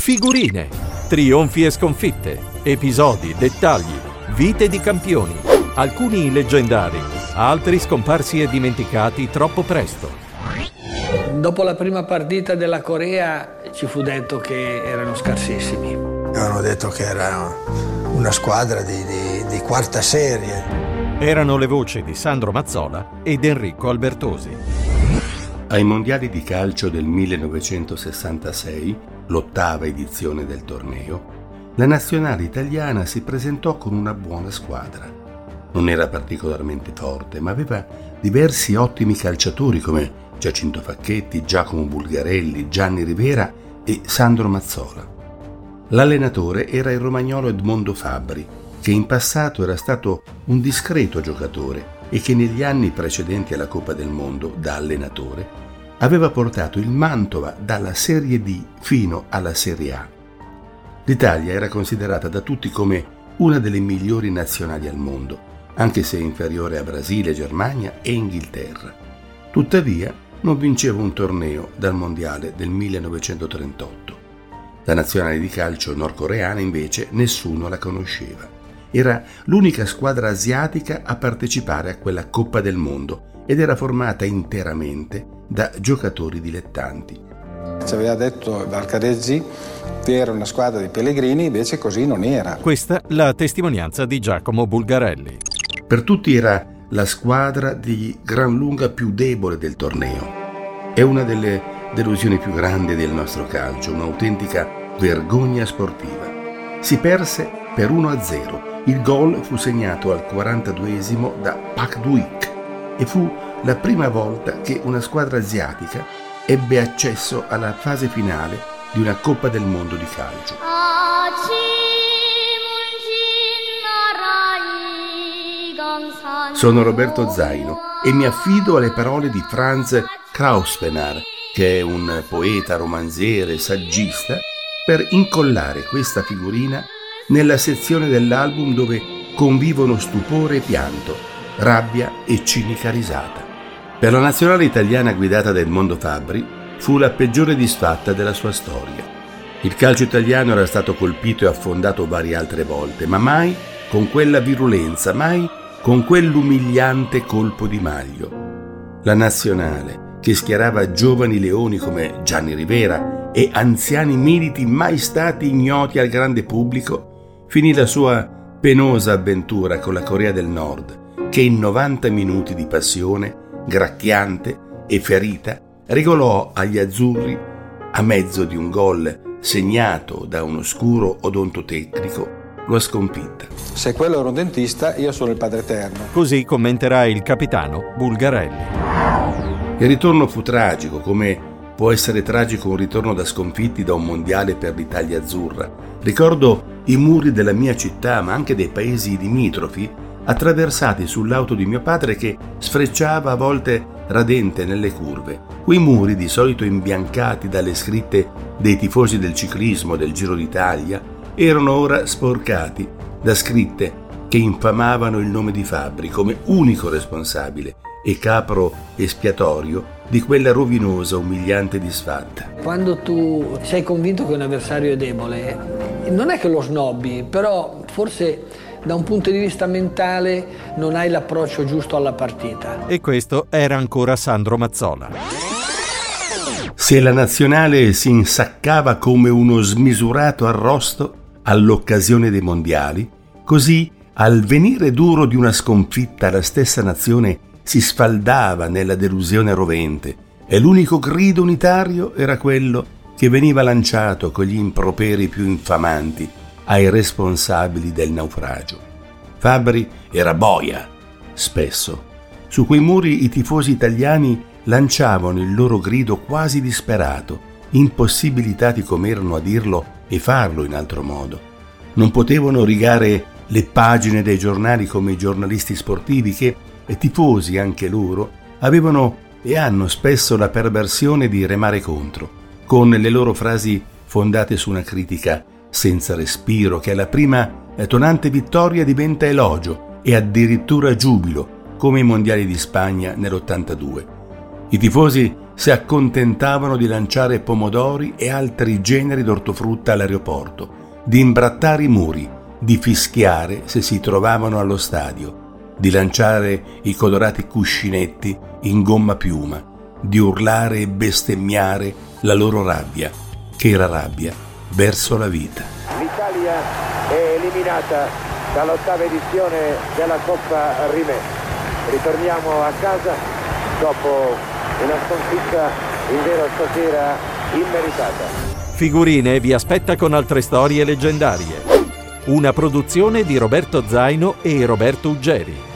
Figurine, trionfi e sconfitte, episodi, dettagli, vite di campioni, alcuni leggendari, altri scomparsi e dimenticati troppo presto. Dopo la prima partita della Corea ci fu detto che erano scarsissimi. Avevano detto che era una squadra di quarta serie. Erano le voci di Sandro Mazzola ed Enrico Albertosi. Ai mondiali di calcio del 1966, l'ottava edizione del torneo, la nazionale italiana si presentò con una buona squadra. Non era particolarmente forte, ma aveva diversi ottimi calciatori come Giacinto Facchetti, Giacomo Bulgarelli, Gianni Rivera e Sandro Mazzola. L'allenatore era il romagnolo Edmondo Fabbri, che in passato era stato un discreto giocatore e che negli anni precedenti alla Coppa del Mondo, da allenatore, aveva portato il Mantova dalla Serie D fino alla Serie A. L'Italia era considerata da tutti come una delle migliori nazionali al mondo, anche se inferiore a Brasile, Germania e Inghilterra. Tuttavia, non vinceva un torneo dal Mondiale del 1938. La nazionale di calcio nordcoreana, invece, nessuno la conosceva. Era l'unica squadra asiatica a partecipare a quella Coppa del Mondo ed era formata interamente da giocatori dilettanti. Ci aveva detto Valcareggi che era una squadra di pellegrini, invece così non era. Questa la testimonianza di Giacomo Bulgarelli. Per tutti era la squadra di gran lunga più debole del torneo. È una delle delusioni più grandi del nostro calcio, un'autentica vergogna sportiva. Si perse per 1-0. Il gol fu segnato al 42esimo da Pak Duik e fu la prima volta che una squadra asiatica ebbe accesso alla fase finale di una Coppa del Mondo di calcio. Sono Roberto Zaino e mi affido alle parole di Franz Krauspenar, che è un poeta, romanziere, saggista, per incollare questa figurina nella sezione dell'album dove convivono stupore e pianto, rabbia e cinica risata. Per la nazionale italiana guidata da Edmondo Fabbri fu la peggiore disfatta della sua storia. Il calcio italiano era stato colpito e affondato varie altre volte, ma mai con quella virulenza, mai con quell'umiliante colpo di maglio. La nazionale, che schierava giovani leoni come Gianni Rivera e anziani militi mai stati ignoti al grande pubblico, finì la sua penosa avventura con la Corea del Nord, che in 90 minuti di passione, gracchiante e ferita, regolò agli azzurri, a mezzo di un gol segnato da un oscuro odontotecnico, la sconfitta. Se quello era un dentista, io sono il Padre Eterno. Così commenterà il capitano Bulgarelli. Il ritorno fu tragico, come può essere tragico un ritorno da sconfitti da un mondiale per l'Italia azzurra. Ricordo i muri della mia città, ma anche dei paesi limitrofi, attraversati sull'auto di mio padre che sfrecciava a volte radente nelle curve. Quei muri, di solito imbiancati dalle scritte dei tifosi del ciclismo del Giro d'Italia, erano ora sporcati da scritte che infamavano il nome di Fabbri come unico responsabile e capro espiatorio di quella rovinosa, umiliante disfatta. Quando tu sei convinto che un avversario è debole, non è che lo snobbi, però forse da un punto di vista mentale non hai l'approccio giusto alla partita. E questo era ancora Sandro Mazzola. Se la nazionale si insaccava come uno smisurato arrosto all'occasione dei mondiali, così al venire duro di una sconfitta la stessa nazione si sfaldava nella delusione rovente e l'unico grido unitario era quello che veniva lanciato con gli improperi più infamanti ai responsabili del naufragio. Fabbri era boia, spesso. Su quei muri i tifosi italiani lanciavano il loro grido quasi disperato, impossibilitati com'erano a dirlo e farlo in altro modo. Non potevano rigare le pagine dei giornali come i giornalisti sportivi che, tifosi anche loro, avevano e hanno spesso la perversione di remare contro, con le loro frasi fondate su una critica senza respiro che alla prima tonante vittoria diventa elogio e addirittura giubilo, come i mondiali di Spagna nell'82. I tifosi si accontentavano di lanciare pomodori e altri generi d'ortofrutta all'aeroporto, di imbrattare i muri, di fischiare se si trovavano allo stadio, di lanciare i colorati cuscinetti in gomma piuma, di urlare e bestemmiare la loro rabbia, che era rabbia verso la vita. L'Italia è eliminata dall'8ª edizione della Coppa Rimè. Ritorniamo a casa dopo una sconfitta invero stasera immeritata. Figurine vi aspetta con altre storie leggendarie. Una produzione di Roberto Zaino e Roberto Uggeri.